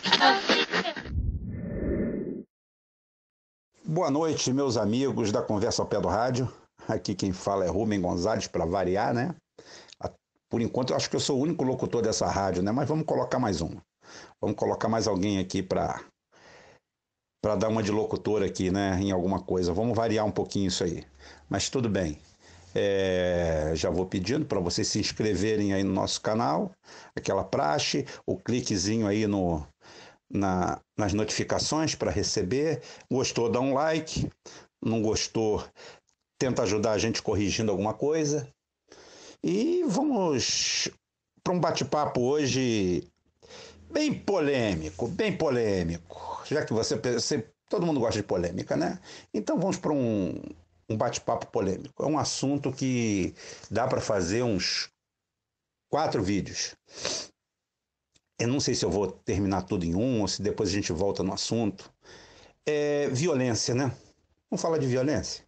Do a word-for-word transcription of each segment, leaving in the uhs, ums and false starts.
Boa noite, meus amigos da Conversa ao Pé do Rádio. Aqui quem fala é Rubem Gonzalez, para variar, né? Por enquanto, eu acho que eu sou o único locutor dessa rádio, né? Mas vamos colocar mais um. Vamos colocar mais alguém aqui para para dar uma de locutor aqui, né? Em alguma coisa. Vamos variar um pouquinho isso aí. Mas tudo bem. É, já vou pedindo para vocês se inscreverem aí no nosso canal, aquela praxe, o cliquezinho aí no, na, nas notificações para receber. Gostou, dá um like. Não gostou, tenta ajudar a gente corrigindo alguma coisa. E vamos para um bate-papo hoje bem polêmico, bem polêmico. Já que você, você, todo mundo gosta de polêmica, né? Então vamos para um, um bate-papo polêmico. É um assunto que dá para fazer uns quatro vídeos. Eu não sei se eu vou terminar tudo em um ou se depois a gente volta no assunto. É violência, né? Vamos falar de violência?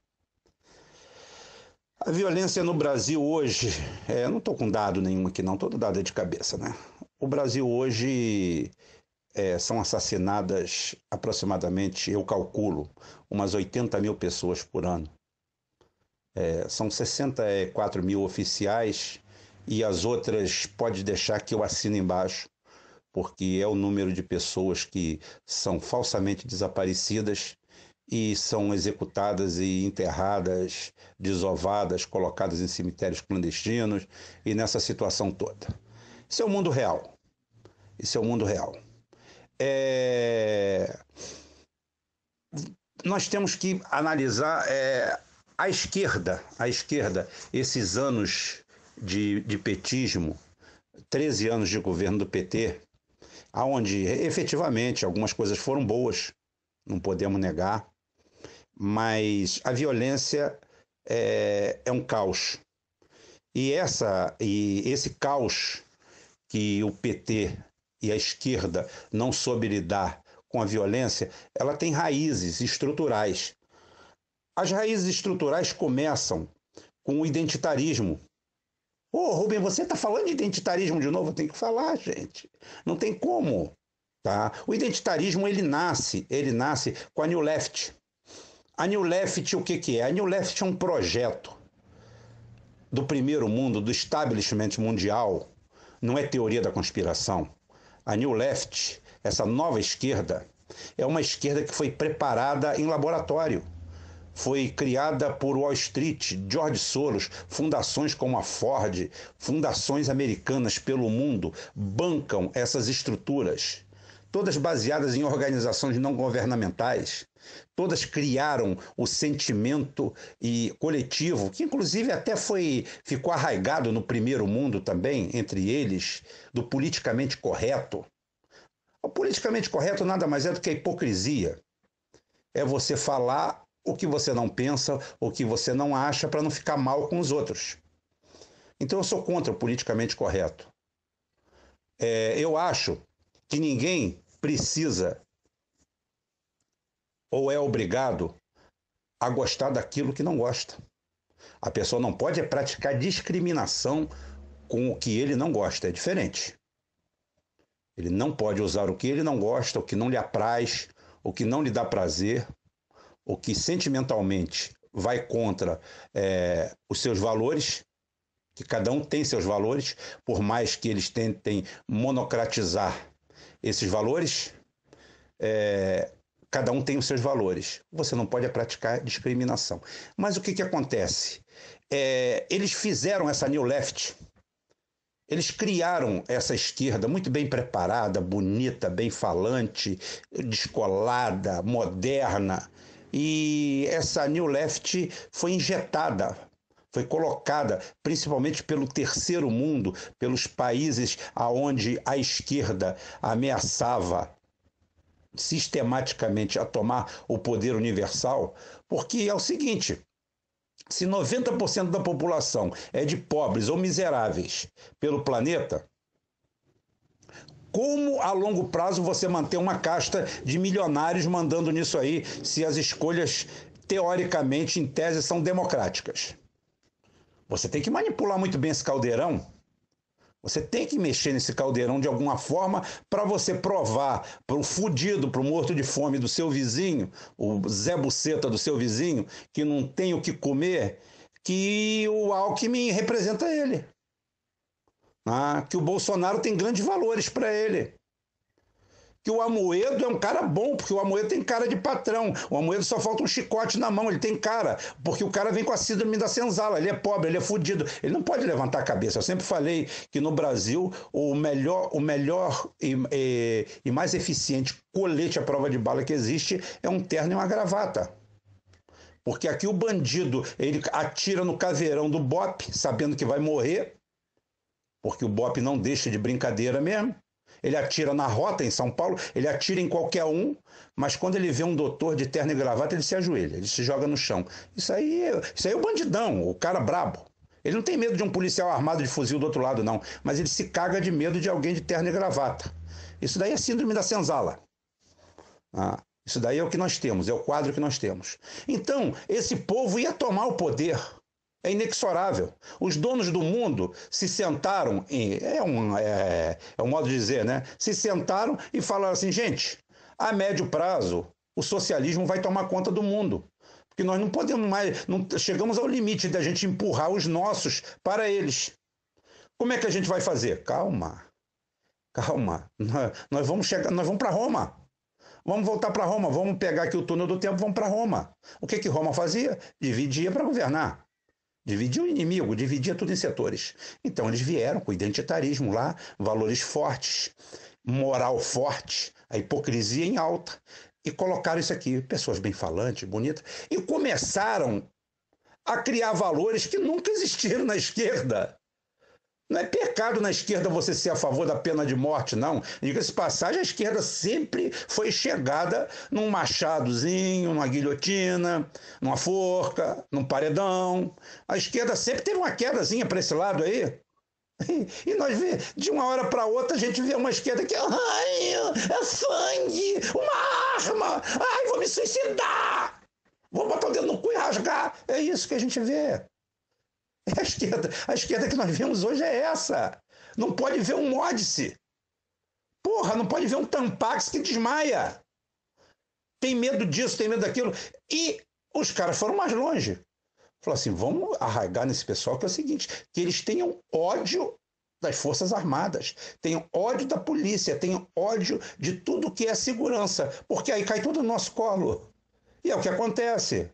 A violência no Brasil hoje, é, eu não estou com dado nenhum aqui não, todo dado é de cabeça, né? O Brasil hoje é, são assassinadas aproximadamente, eu calculo, umas oitenta mil pessoas por ano. É, são sessenta e quatro mil oficiais e as outras pode deixar que eu assino embaixo, porque é o número de pessoas que são falsamente desaparecidas e são executadas e enterradas, desovadas, colocadas em cemitérios clandestinos e nessa situação toda. Isso é o mundo real. Isso é o mundo real. É... Nós temos que analisar é, a esquerda, a esquerda, esses anos de, de petismo, treze anos de governo do P T, onde efetivamente algumas coisas foram boas, não podemos negar, mas a violência é, é um caos. E, essa, e esse caos que o P T e a esquerda não soube lidar com a violência, ela tem raízes estruturais. As raízes estruturais começam com o identitarismo. Ô, oh, Rubem, você está falando de identitarismo de novo? Eu tenho que falar, gente. Não tem como. Tá? O identitarismo, ele nasce, ele nasce com a New Left. A New Left, o que, que é? A New Left é um projeto do primeiro mundo, do establishment mundial. Não é teoria da conspiração. A New Left, essa nova esquerda, é uma esquerda que foi preparada em laboratório. Foi criada por Wall Street, George Soros, fundações como a Ford, fundações americanas pelo mundo, bancam essas estruturas, todas baseadas em organizações não governamentais. Todas criaram o sentimento e coletivo, que inclusive até foi, ficou arraigado no primeiro mundo também, entre eles, do politicamente correto. O politicamente correto nada mais é do que a hipocrisia. É você falar o que você não pensa, o que você não acha, para não ficar mal com os outros. Então eu sou contra o politicamente correto. É, eu acho que ninguém precisa ou é obrigado a gostar daquilo que não gosta. A pessoa não pode praticar discriminação com o que ele não gosta, é diferente. Ele não pode usar o que ele não gosta, o que não lhe apraz, o que não lhe dá prazer, o que sentimentalmente vai contra é, os seus valores, que cada um tem seus valores, por mais que eles tentem monocratizar esses valores, é, cada um tem os seus valores. Você não pode praticar discriminação. Mas o que, que acontece? É, eles fizeram essa New Left. Eles criaram essa esquerda muito bem preparada, bonita, bem falante, descolada, moderna. E essa New Left foi injetada, foi colocada principalmente pelo terceiro mundo, pelos países onde a esquerda ameaçava sistematicamente a tomar o poder universal, porque é o seguinte: se noventa por cento da população é de pobres ou miseráveis pelo planeta, como a longo prazo você manter uma casta de milionários mandando nisso aí, se as escolhas, teoricamente, em tese, são democráticas? Você tem que manipular muito bem esse caldeirão Você tem que mexer nesse caldeirão de alguma forma para você provar para o fudido, para o morto de fome do seu vizinho, o Zé Buceta do seu vizinho, que não tem o que comer, que o Alckmin representa ele. Ah, que o Bolsonaro tem grandes valores para ele. Que o Amoedo é um cara bom, porque o Amoedo tem cara de patrão. O Amoedo só falta um chicote na mão, ele tem cara, porque o cara vem com a síndrome da senzala, ele é pobre, ele é fudido, ele não pode levantar a cabeça. Eu sempre falei que no Brasil o melhor, o melhor e, e, e mais eficiente colete à prova de bala que existe é um terno e uma gravata. Porque aqui o bandido, ele atira no caveirão do bope, sabendo que vai morrer, porque o bope não deixa de brincadeira mesmo. Ele atira na rota em São Paulo, ele atira em qualquer um, mas quando ele vê um doutor de terno e gravata, ele se ajoelha, ele se joga no chão. Isso aí, isso aí é o bandidão, o cara brabo. Ele não tem medo de um policial armado de fuzil do outro lado, não, mas ele se caga de medo de alguém de terno e gravata. Isso daí é síndrome da senzala. Ah, isso daí é o que nós temos, é o quadro que nós temos. Então, esse povo ia tomar o poder. É inexorável. Os donos do mundo se sentaram, em, é, um, é, é um modo de dizer, né? Se sentaram e falaram assim, gente, a médio prazo, o socialismo vai tomar conta do mundo. Porque nós não podemos mais, não, chegamos ao limite da gente empurrar os nossos para eles. Como é que a gente vai fazer? Calma, calma. Nós, nós vamos chegar, nós vamos para Roma. Vamos voltar para Roma, vamos pegar aqui o túnel do tempo, vamos para Roma. O que que Roma fazia? Dividia para governar. Dividia o inimigo, dividia tudo em setores. Então eles vieram com o identitarismo lá, valores fortes, moral forte, a hipocrisia em alta, e colocaram isso aqui, pessoas bem falantes, bonitas, e começaram a criar valores que nunca existiram na esquerda. Não é pecado na esquerda você ser a favor da pena de morte, não. Diga-se de passagem, a esquerda sempre foi chegada num machadozinho, numa guilhotina, numa forca, num paredão. A esquerda sempre teve uma quedazinha para esse lado aí. E nós vê, de uma hora para outra, a gente vê uma esquerda que, ai, é sangue, uma arma, ai, vou me suicidar, vou botar o dedo no cu e rasgar. É isso que a gente vê. É a esquerda. A esquerda que nós vemos hoje é essa. Não pode ver um Módice. Porra, não pode ver um Tampax que desmaia. Tem medo disso, tem medo daquilo. E os caras foram mais longe. Falaram assim, vamos arraigar nesse pessoal que é o seguinte, que eles tenham ódio das Forças Armadas, tenham ódio da polícia, tenham ódio de tudo que é segurança, porque aí cai tudo no nosso colo. E é o que acontece.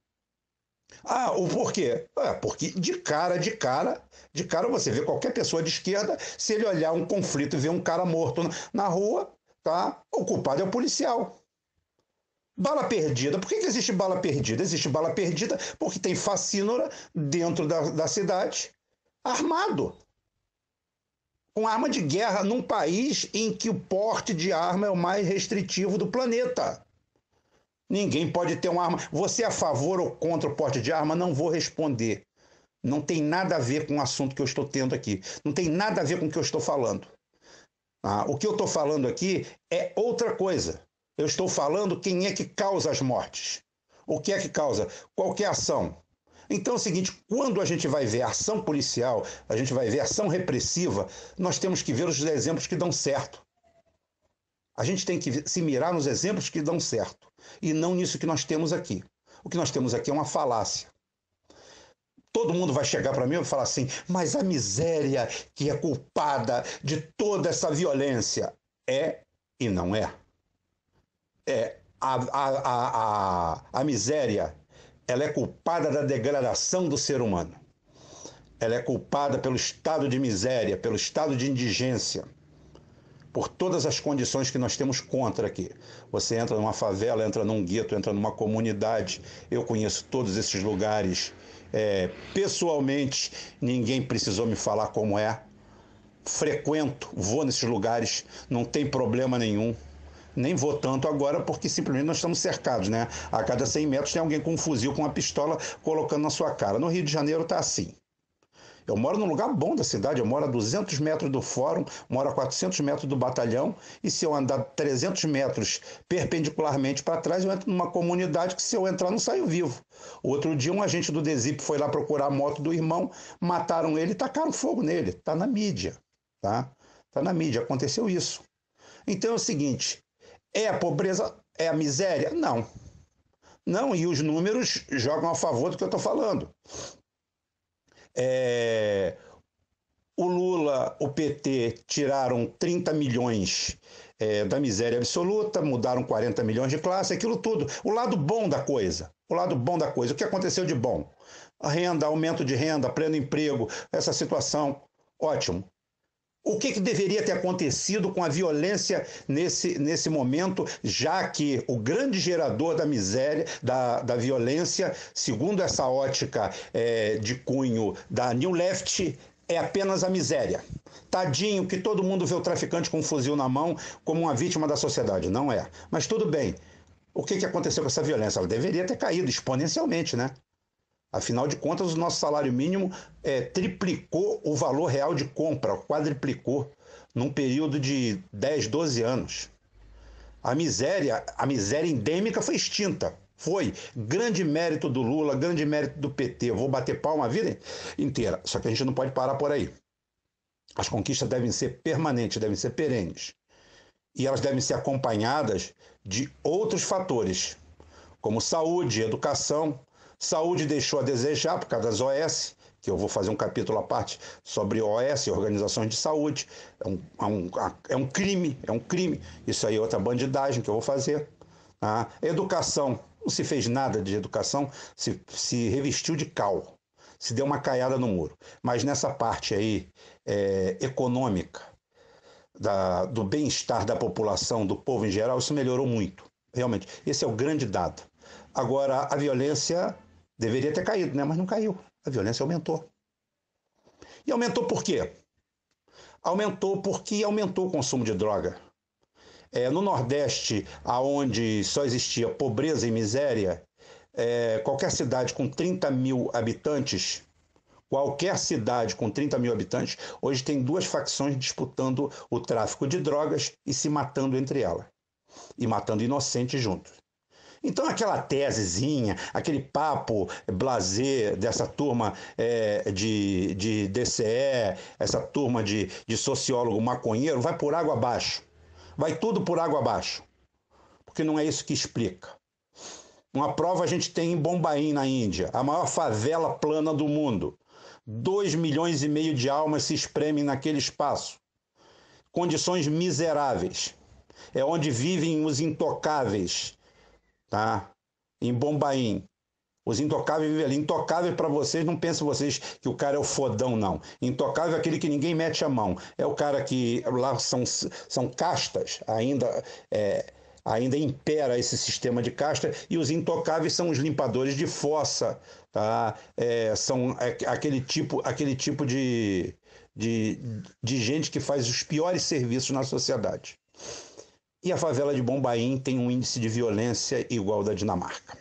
Ah, o porquê? É, porque de cara, de cara, de cara você vê qualquer pessoa de esquerda, se ele olhar um conflito e ver um cara morto na rua, tá? O culpado é o policial. Bala perdida. Por que que existe bala perdida? Existe bala perdida porque tem facínora dentro da, da cidade, armado. Com arma de guerra num país em que o porte de arma é o mais restritivo do planeta. Ninguém pode ter uma arma. Você é a favor ou contra o porte de arma? Não vou responder. Não tem nada a ver com o assunto que eu estou tendo aqui. Não tem nada a ver com o que eu estou falando. Ah, o que eu estou falando aqui é outra coisa. Eu estou falando quem é que causa as mortes. O que é que causa? Qualquer ação. Então é o seguinte, quando a gente vai ver ação policial, a gente vai ver ação repressiva, nós temos que ver os exemplos que dão certo. A gente tem que se mirar nos exemplos que dão certo e não nisso que nós temos aqui. O que nós temos aqui é uma falácia. Todo mundo vai chegar para mim e falar assim, mas a miséria que é culpada de toda essa violência é e não é. É a, a, a, a, a miséria, ela é culpada da degradação do ser humano. Ela é culpada pelo estado de miséria, pelo estado de indigência, por todas as condições que nós temos contra aqui. Você entra numa favela, entra num gueto, entra numa comunidade. Eu conheço todos esses lugares é, pessoalmente. Ninguém precisou me falar como é. Frequento, vou nesses lugares, não tem problema nenhum. Nem vou tanto agora porque simplesmente nós estamos cercados, né? A cada cem metros tem alguém com um fuzil, com uma pistola, colocando na sua cara. No Rio de Janeiro está assim. Eu moro num lugar bom da cidade, eu moro a duzentos metros do fórum, moro a quatrocentos metros do batalhão, e se eu andar trezentos metros perpendicularmente para trás, eu entro numa comunidade que se eu entrar não saio vivo. Outro dia um agente do DESIP foi lá procurar a moto do irmão, mataram ele e tacaram fogo nele, está na mídia. tá? Tá na mídia, aconteceu isso. Então é o seguinte, é a pobreza, é a miséria? Não. Não, e os números jogam a favor do que eu estou falando. É... O Lula, o P T tiraram trinta milhões é, da miséria absoluta, mudaram quarenta milhões de classe, aquilo tudo. O lado bom da coisa, o lado bom da coisa, o que aconteceu de bom? A renda, aumento de renda, pleno emprego, essa situação, ótimo. O que, que deveria ter acontecido com a violência nesse, nesse momento, já que o grande gerador da miséria, da, da violência, segundo essa ótica é, de cunho da New Left, é apenas a miséria. Tadinho que todo mundo vê o traficante com um fuzil na mão como uma vítima da sociedade. Não é. Mas tudo bem. O que, que aconteceu com essa violência? Ela deveria ter caído exponencialmente, né? Afinal de contas, o nosso salário mínimo é, triplicou o valor real de compra, quadriplicou, num período de dez, doze anos. A miséria, a miséria endêmica foi extinta. Foi. Grande mérito do Lula, grande mérito do P T. Eu vou bater palma a vida inteira. Só que a gente não pode parar por aí. As conquistas devem ser permanentes, devem ser perenes. E elas devem ser acompanhadas de outros fatores, como saúde, educação. Saúde deixou a desejar por causa das O S, que eu vou fazer um capítulo à parte sobre O S, organizações de saúde. É um, é um, é um crime, é um crime. Isso aí é outra bandidagem que eu vou fazer. Tá? Educação, não se fez nada de educação, se, se revestiu de cal, se deu uma caiada no muro. Mas nessa parte aí, é, econômica, da, do bem-estar da população, do povo em geral, isso melhorou muito. Realmente, esse é o grande dado. Agora, a violência deveria ter caído, né? Mas não caiu. A violência aumentou. E aumentou por quê? Aumentou porque aumentou o consumo de droga. É, no Nordeste, onde só existia pobreza e miséria, é, qualquer cidade com trinta mil habitantes, qualquer cidade com trinta mil habitantes, hoje tem duas facções disputando o tráfico de drogas e se matando entre elas. E matando inocentes juntos. Então aquela tesezinha, aquele papo blasé dessa turma é, de, de D C E, essa turma de, de sociólogo maconheiro, vai por água abaixo. Vai tudo por água abaixo. Porque não é isso que explica. Uma prova a gente tem em Bombaim, na Índia, a maior favela plana do mundo. Dois milhões e meio de almas se espremem naquele espaço. Condições miseráveis. É onde vivem os intocáveis. Tá? Em Bombaim. Os intocáveis vivem ali. Intocável para vocês, não pensem vocês que o cara é o fodão, não. Intocável é aquele que ninguém mete a mão. É o cara que lá são, são castas, ainda, é, ainda impera esse sistema de casta, e os intocáveis são os limpadores de fossa, tá? É, são aquele tipo, aquele tipo de, de, de gente que faz os piores serviços na sociedade. E a favela de Bombaim tem um índice de violência igual ao da Dinamarca.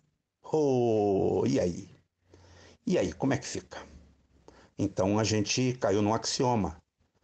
Oh, e aí? E aí, como é que fica? Então a gente caiu num axioma.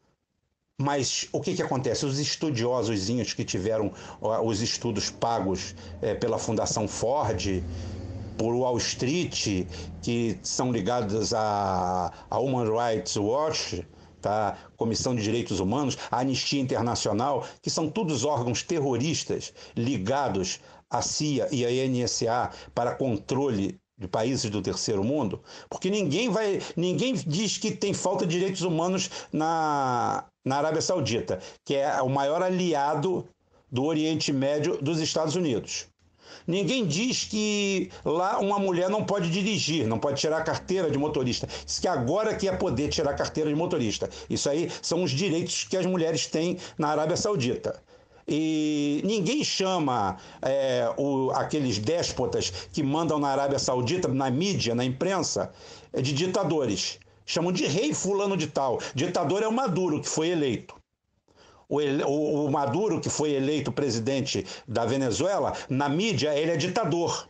Mas o que, que acontece? Os estudiosozinhos que tiveram os estudos pagos é, pela Fundação Ford, por Wall Street, que são ligados à, à Human Rights Watch, tá? Comissão de Direitos Humanos, a Anistia Internacional, que são todos órgãos terroristas ligados à C I A e à N S A para controle de países do terceiro mundo, porque ninguém vai, ninguém diz que tem falta de direitos humanos na, na Arábia Saudita, que é o maior aliado do Oriente Médio dos Estados Unidos. Ninguém diz que lá uma mulher não pode dirigir, não pode tirar a carteira de motorista. Diz que agora que é poder tirar a carteira de motorista. Isso aí são os direitos que as mulheres têm na Arábia Saudita. E ninguém chama é, o, aqueles déspotas que mandam na Arábia Saudita, na mídia, na imprensa, de ditadores. Chamam de rei fulano de tal. Ditador é o Maduro, que foi eleito. O, ele, o, o Maduro, que foi eleito presidente da Venezuela, na mídia ele é ditador.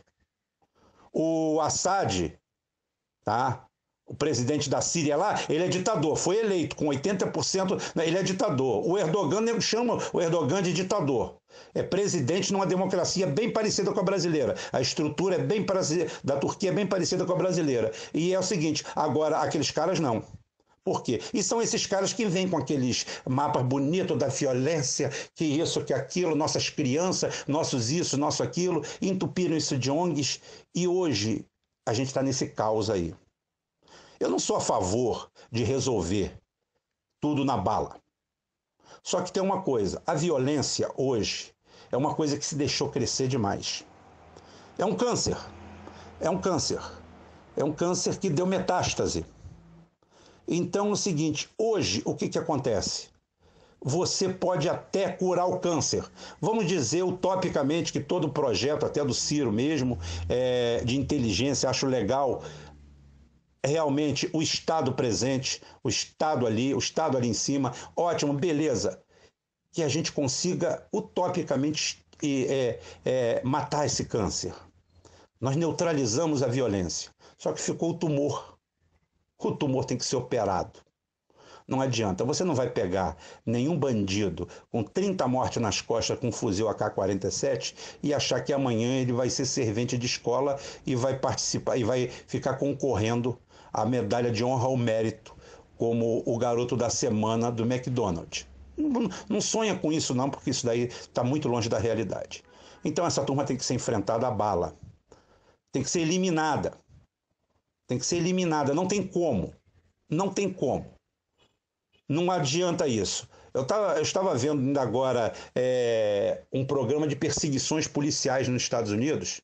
O Assad, tá? O presidente da Síria lá, ele é ditador, foi eleito com oitenta por cento, ele é ditador. O Erdogan chama o Erdogan de ditador. É presidente numa democracia bem parecida com a brasileira. A estrutura é bem parecida, da Turquia é bem parecida com a brasileira. E é o seguinte, agora aqueles caras não. Por quê? E são esses caras que vêm com aqueles mapas bonitos da violência, que isso, que aquilo, nossas crianças, nossos isso, nosso aquilo, entupiram isso de O N Gs, e hoje a gente está nesse caos aí. Eu não sou a favor de resolver tudo na bala. Só que tem uma coisa, a violência hoje é uma coisa que se deixou crescer demais. É um câncer, é um câncer, é um câncer que deu metástase. Então é o seguinte, hoje o que, que acontece? Você pode até curar o câncer. Vamos dizer utopicamente que todo projeto, até do Ciro mesmo, é, de inteligência, acho legal, realmente o Estado presente, o Estado ali, o Estado ali em cima, ótimo, beleza. Que a gente consiga utopicamente é, é, matar esse câncer. Nós neutralizamos a violência, só que ficou o tumor. O tumor tem que ser operado. Não adianta, você não vai pegar nenhum bandido com trinta mortes nas costas com um fuzil A K quarenta e sete e achar que amanhã ele vai ser servente de escola e vai participar e vai ficar concorrendo à medalha de honra ao mérito como o garoto da semana do McDonald's. Não, não sonha com isso não, porque isso daí está muito longe da realidade. Então essa turma tem que ser enfrentada à bala. Tem que ser eliminada. Tem que ser eliminada, não tem como. Não tem como. Não adianta isso. Eu, tava, eu estava vendo ainda agora é, um programa de perseguições policiais nos Estados Unidos.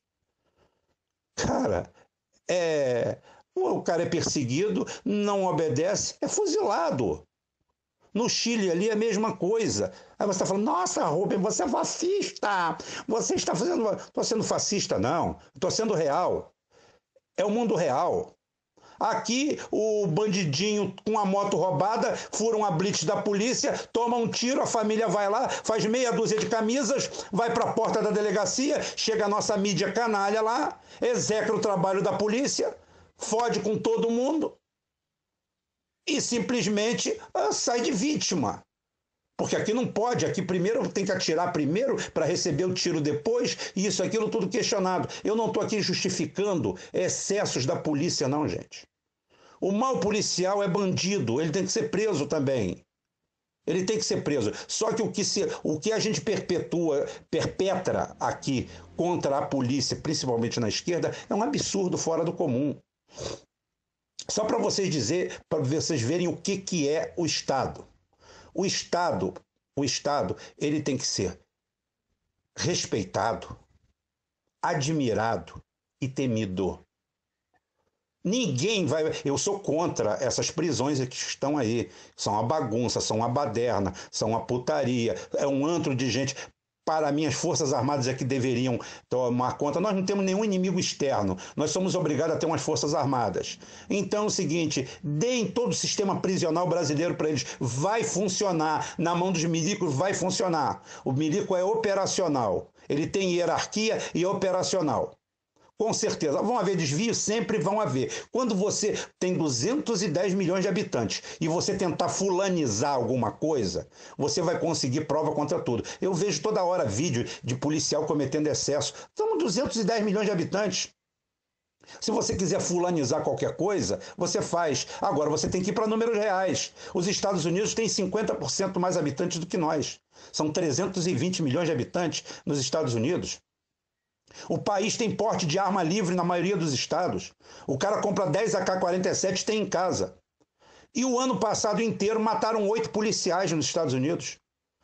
Cara, é, o cara é perseguido, não obedece, é fuzilado. No Chile ali é a mesma coisa. Aí você está falando, nossa, Rubem, você é fascista. Você está fazendo... Estou sendo fascista, não. Estou sendo real. É o mundo real. Aqui, o bandidinho com a moto roubada, furam a blitz da polícia, toma um tiro, a família vai lá, faz meia dúzia de camisas, vai para a porta da delegacia, chega a nossa mídia canalha lá, execra o trabalho da polícia, fode com todo mundo e simplesmente ah, sai de vítima. Porque aqui não pode, aqui primeiro tem que atirar primeiro para receber o tiro depois, e isso, aquilo, tudo questionado. Eu não estou aqui justificando excessos da polícia, não, gente. O mau policial é bandido, ele tem que ser preso também. Ele tem que ser preso. Só que o que, se, o que a gente perpetua, perpetra aqui contra a polícia, principalmente na esquerda, é um absurdo fora do comum. Só para vocês dizer, para vocês verem o que, que é o Estado. O Estado, o Estado, ele tem que ser respeitado, admirado e temido. Ninguém vai... Eu sou contra essas prisões que estão aí. São uma bagunça, são uma baderna, são uma putaria, é um antro de gente. Para mim, as Forças Armadas é que deveriam tomar conta. Nós não temos nenhum inimigo externo. Nós somos obrigados a ter umas Forças Armadas. Então é o seguinte, deem todo o sistema prisional brasileiro para eles. Vai funcionar. Na mão dos milicos vai funcionar. O milico é operacional. Ele tem hierarquia e é operacional. Com certeza. Vão haver desvios? Sempre vão haver. Quando você tem duzentos e dez milhões de habitantes e você tentar fulanizar alguma coisa, você vai conseguir prova contra tudo. Eu vejo toda hora vídeo de policial cometendo excesso. Estamos duzentos e dez milhões de habitantes. Se você quiser fulanizar qualquer coisa, você faz. Agora, você tem que ir para números reais. Os Estados Unidos têm cinquenta por cento mais habitantes do que nós. São trezentos e vinte milhões de habitantes nos Estados Unidos. O país tem porte de arma livre na maioria dos estados. O cara compra dez A K quarenta e sete e tem em casa. E o ano passado inteiro mataram oito policiais nos Estados Unidos.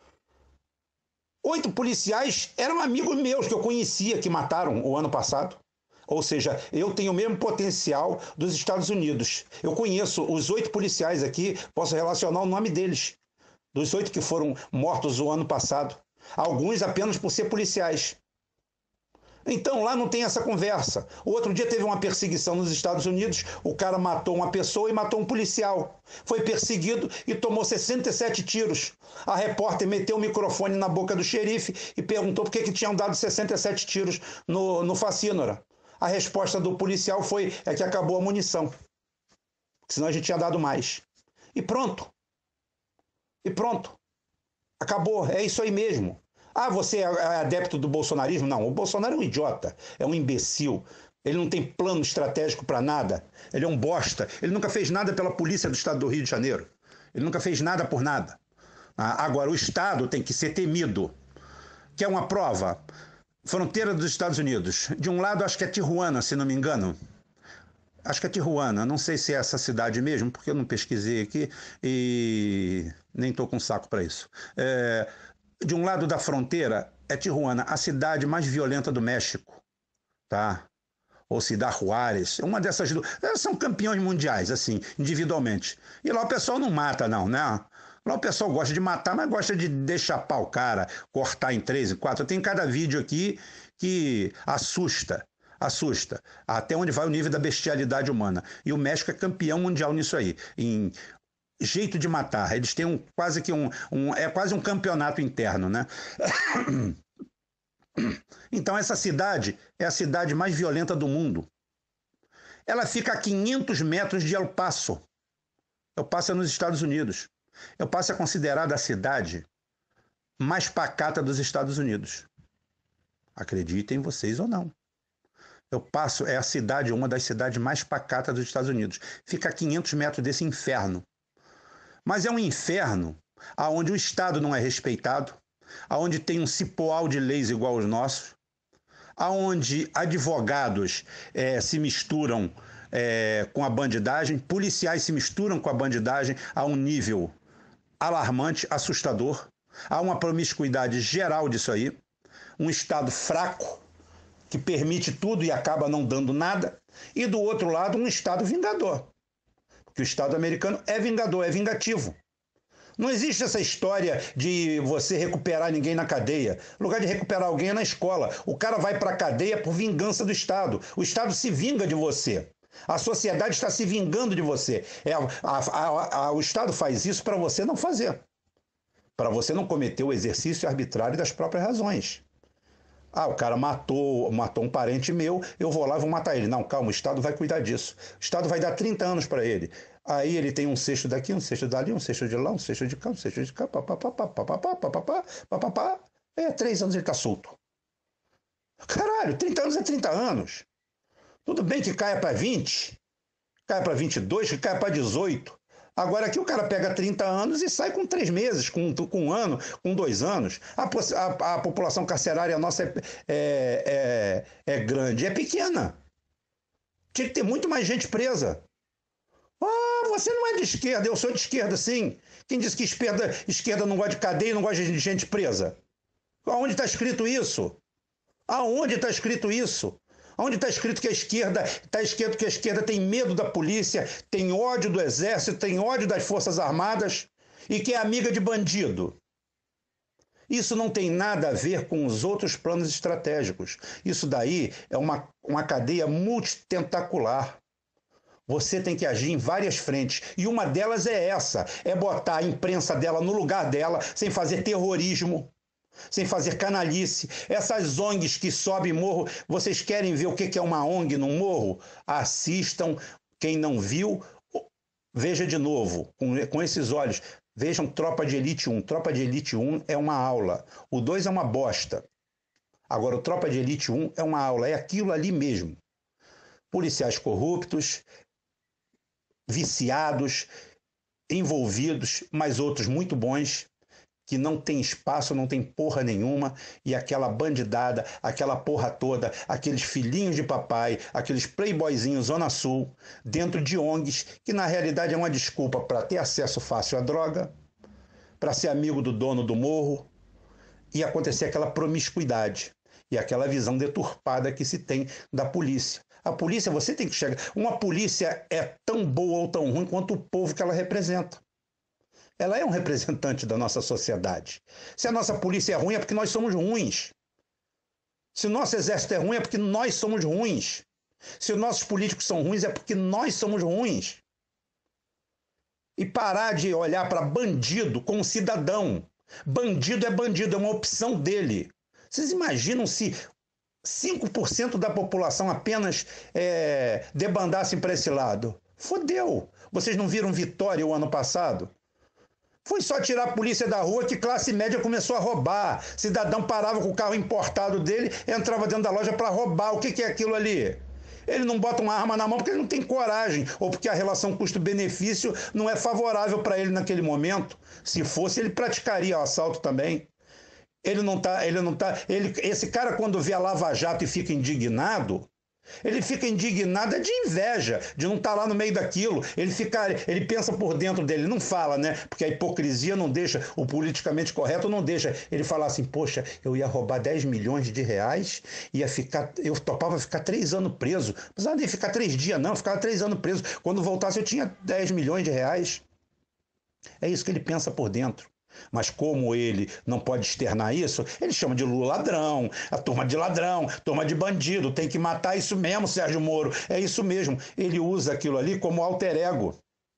Oito policiais eram amigos meus que eu conhecia que mataram o ano passado. Ou seja, eu tenho o mesmo potencial dos Estados Unidos. Eu conheço os oito policiais aqui, posso relacionar o nome deles. Dos oito que foram mortos o ano passado. Alguns apenas por ser policiais. Então lá não tem essa conversa. O outro dia teve uma perseguição nos Estados Unidos, o cara matou uma pessoa e matou um policial. Foi perseguido e tomou sessenta e sete tiros. A repórter meteu o microfone na boca do xerife e perguntou por que, que tinham dado sessenta e sete tiros no, no Facínora. A resposta do policial foi é que acabou a munição. Senão a gente tinha dado mais. E pronto. E pronto. Acabou. É isso aí mesmo. Ah, você é adepto do bolsonarismo? Não, o Bolsonaro é um idiota, é um imbecil. Ele não tem plano estratégico para nada. Ele é um bosta. Ele nunca fez nada pela polícia do estado do Rio de Janeiro. Ele nunca fez nada por nada. Agora, o Estado tem que ser temido. Quer uma prova? Fronteira dos Estados Unidos. De um lado, acho que é Tijuana, se não me engano. Acho que é Tijuana. Não sei se é essa cidade mesmo, porque eu não pesquisei aqui e nem estou com saco para isso. É... De um lado da fronteira é Tijuana, a cidade mais violenta do México. Tá? Ou Ciudad Juárez, uma dessas duas. Elas são campeões mundiais, assim, individualmente. E lá o pessoal não mata, não, né? Lá o pessoal gosta de matar, mas gosta de deixar pau o cara, cortar em três e quatro. Tem cada vídeo aqui que assusta, assusta. Até onde vai o nível da bestialidade humana. E o México é campeão mundial nisso aí, em jeito de matar. Eles têm um, quase que um, um... É quase um campeonato interno, né? Então essa cidade é a cidade mais violenta do mundo. Ela fica a quinhentos metros de El Paso. El Paso é nos Estados Unidos. El Paso é considerada a cidade mais pacata dos Estados Unidos. Acreditem vocês ou não. El Paso é a cidade, uma das cidades mais pacatas dos Estados Unidos. Fica a quinhentos metros desse inferno. Mas é um inferno onde o Estado não é respeitado, aonde tem um cipoal de leis igual aos nossos, aonde advogados é, se misturam é, com a bandidagem, policiais se misturam com a bandidagem a um nível alarmante, assustador. Há uma promiscuidade geral disso aí, um Estado fraco que permite tudo e acaba não dando nada, e do outro lado um Estado vingador, porque o Estado americano é vingador, é vingativo. Não existe essa história de você recuperar ninguém na cadeia. O lugar de recuperar alguém é na escola. O cara vai para a cadeia por vingança do Estado. O Estado se vinga de você. A sociedade está se vingando de você. É, a, a, a, o Estado faz isso para você não fazer. Para você não cometer o exercício arbitrário das próprias razões. Ah, o cara matou, matou um parente meu, eu vou lá e vou matar ele. Não, calma, o Estado vai cuidar disso. O Estado vai dar trinta anos para ele. Aí ele tem um cesto daqui, um cesto dali, um cesto de lá, um cesto de cá, um cesto de cá, papapá, papapá, papapá, papapá. É, três anos ele tá solto. Caralho, trinta anos é trinta anos. Tudo bem que caia para vinte, caia para vinte e dois, que caia para dezoito. Agora aqui o cara pega trinta anos e sai com três meses, com, com um ano, com dois anos. A, a, a população carcerária nossa é, é, é, é grande, é pequena. Tinha que ter muito mais gente presa. Ah, você não é de esquerda, eu sou de esquerda, sim. Quem disse que esquerda, esquerda não gosta de cadeia e não gosta de gente presa? Aonde está escrito isso? Aonde está escrito isso? Onde está escrito que a esquerda está escrito que a esquerda tem medo da polícia, tem ódio do exército, tem ódio das forças armadas e que é amiga de bandido? Isso não tem nada a ver com os outros planos estratégicos. Isso daí é uma, uma cadeia multitentacular. Você tem que agir em várias frentes. E uma delas é essa, é botar a imprensa dela no lugar dela, sem fazer terrorismo, sem fazer canalice. Essas O N Gs que sobem morro, vocês querem ver o que é uma O N G num morro? Assistam. Quem não viu, veja de novo, com, com esses olhos. Vejam Tropa de Elite um. Tropa de Elite um é uma aula. O dois é uma bosta. Agora, o Tropa de Elite um é uma aula. É aquilo ali mesmo. Policiais corruptos, viciados, envolvidos, mas outros muito bons, que não tem espaço, não tem porra nenhuma, e aquela bandidada, aquela porra toda, aqueles filhinhos de papai, aqueles playboyzinhos Zona Sul, dentro de O N Gs, que na realidade é uma desculpa para ter acesso fácil à droga, para ser amigo do dono do morro, e acontecer aquela promiscuidade, e aquela visão deturpada que se tem da polícia. A polícia, você tem que chegar... Uma polícia é tão boa ou tão ruim quanto o povo que ela representa. Ela é um representante da nossa sociedade. Se a nossa polícia é ruim, é porque nós somos ruins. Se o nosso exército é ruim, é porque nós somos ruins. Se os nossos políticos são ruins, é porque nós somos ruins. E parar de olhar para bandido como cidadão. Bandido é bandido, é uma opção dele. Vocês imaginam se cinco por cento da população apenas é, debandassem para esse lado? Fodeu! Vocês não viram Vitória o ano passado? Foi só tirar a polícia da rua que classe média começou a roubar. Cidadão parava com o carro importado dele, entrava dentro da loja para roubar. O que, que é aquilo ali? Ele não bota uma arma na mão porque ele não tem coragem, ou porque a relação custo-benefício não é favorável para ele naquele momento. Se fosse, ele praticaria o assalto também. Ele não tá, ele não tá, ele, esse cara quando vê a Lava Jato e fica indignado, ele fica indignado é de inveja, de não estar lá no meio daquilo. Ele fica, ele pensa por dentro dele, não fala, né? Porque a hipocrisia não deixa, o politicamente correto não deixa ele falar assim, poxa, eu ia roubar dez milhões de reais, ia ficar, eu topava ficar três anos preso. Não precisava nem ficar três dias, não, eu ficava três anos preso. Quando voltasse eu tinha dez milhões de reais. É isso que ele pensa por dentro. Mas como ele não pode externar isso, ele chama de Lula ladrão, a turma de ladrão, turma de bandido, tem que matar isso mesmo, Sérgio Moro. É isso mesmo. Ele usa aquilo ali como alter ego.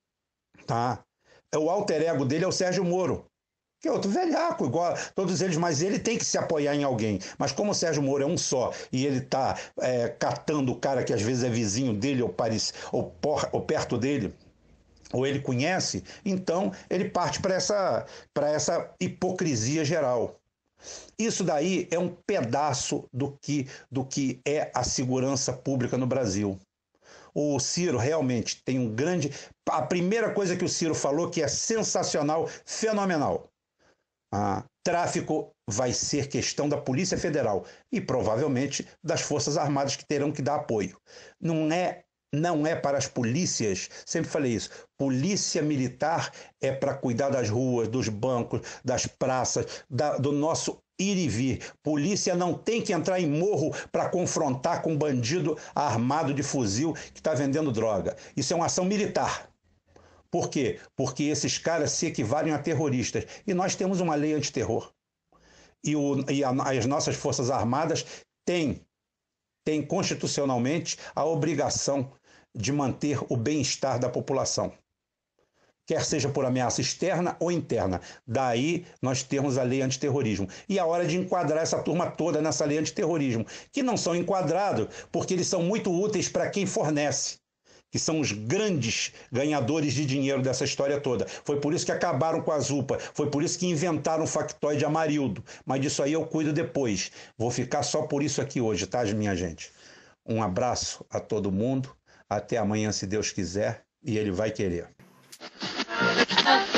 Tá? O alter ego dele é o Sérgio Moro, que é outro velhaco, igual a todos eles, mas ele tem que se apoiar em alguém. Mas como o Sérgio Moro é um só e ele está é, catando o cara que às vezes é vizinho dele ou, parece, ou, por, ou perto dele, ou ele conhece, então ele parte para essa, para essa hipocrisia geral. Isso daí é um pedaço do que, do que é a segurança pública no Brasil. O Ciro realmente tem um grande... A primeira coisa que o Ciro falou que é sensacional, fenomenal. Ah, tráfico vai ser questão da Polícia Federal e provavelmente das Forças Armadas que terão que dar apoio. Não é Não é para as polícias, sempre falei isso, polícia militar é para cuidar das ruas, dos bancos, das praças, da, do nosso ir e vir. Polícia não tem que entrar em morro para confrontar com um bandido armado de fuzil que está vendendo droga. Isso é uma ação militar. Por quê? Porque esses caras se equivalem a terroristas. E nós temos uma lei antiterror. E, o, e a, as nossas Forças Armadas têm tem constitucionalmente a obrigação de manter o bem-estar da população, quer seja por ameaça externa ou interna. Daí nós temos a lei antiterrorismo. E a hora de enquadrar essa turma toda nessa lei antiterrorismo, que não são enquadrados porque eles são muito úteis para quem fornece, que são os grandes ganhadores de dinheiro dessa história toda. Foi por isso que acabaram com a Zupa, foi por isso que inventaram o factoide Amarildo. Mas disso aí eu cuido depois. Vou ficar só por isso aqui hoje, tá, minha gente? Um abraço a todo mundo. Até amanhã, se Deus quiser, e Ele vai querer.